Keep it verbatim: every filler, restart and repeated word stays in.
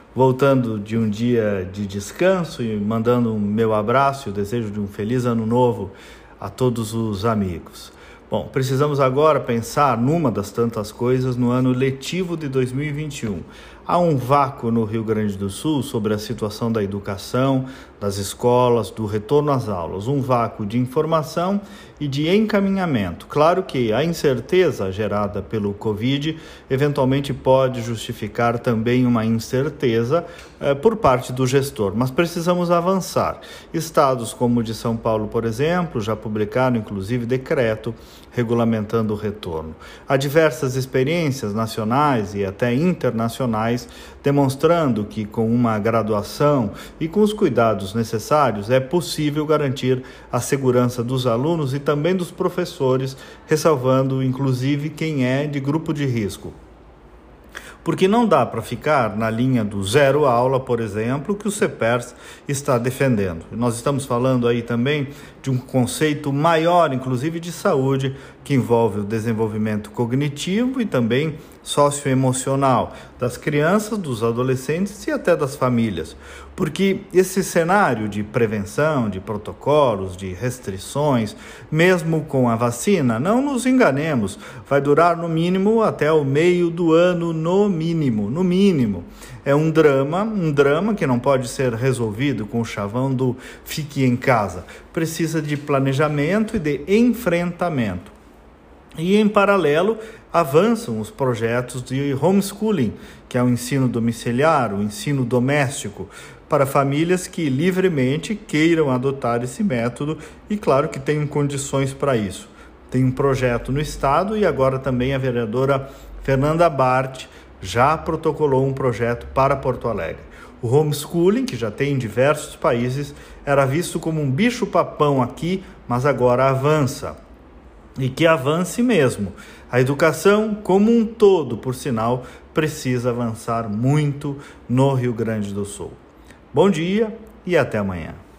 voltando de um dia de descanso e mandando um meu abraço e o desejo de um feliz ano novo a todos os amigos. Bom, precisamos agora pensar numa das tantas coisas no ano letivo de dois mil e vinte e um. Há um vácuo no Rio Grande do Sul sobre a situação da educação, das escolas, do retorno às aulas, um vácuo de informação e de encaminhamento. Claro que a incerteza gerada pelo Covid eventualmente pode justificar também uma incerteza eh, por parte do gestor, mas precisamos avançar. Estados como o de São Paulo, por exemplo, já publicaram inclusive decreto regulamentando o retorno. Há diversas experiências nacionais e até internacionais demonstrando que com uma graduação e com os cuidados necessários é possível garantir a segurança dos alunos e também dos professores, ressalvando inclusive quem é de grupo de risco. Porque não dá para ficar na linha do zero aula, por exemplo, que o CEPERS está defendendo. Nós estamos falando aí também de um conceito maior, inclusive de saúde, que envolve o desenvolvimento cognitivo e também socioemocional das crianças, dos adolescentes e até das famílias. Porque esse cenário de prevenção, de protocolos, de restrições, mesmo com a vacina, não nos enganemos, vai durar no mínimo até o meio do ano, no mínimo, no mínimo. É um drama, um drama que não pode ser resolvido com o chavão do fique em casa. Precisa de planejamento e de enfrentamento. E, em paralelo, avançam os projetos de homeschooling, que é o ensino domiciliar, o ensino doméstico, para famílias que livremente queiram adotar esse método e, claro, que tenham condições para isso. Tem um projeto no Estado e agora também a vereadora Fernanda Bart já protocolou um projeto para Porto Alegre. O homeschooling, que já tem em diversos países, era visto como um bicho-papão aqui, mas agora avança. E que avance mesmo. A educação, como um todo, por sinal, precisa avançar muito no Rio Grande do Sul. Bom dia e até amanhã.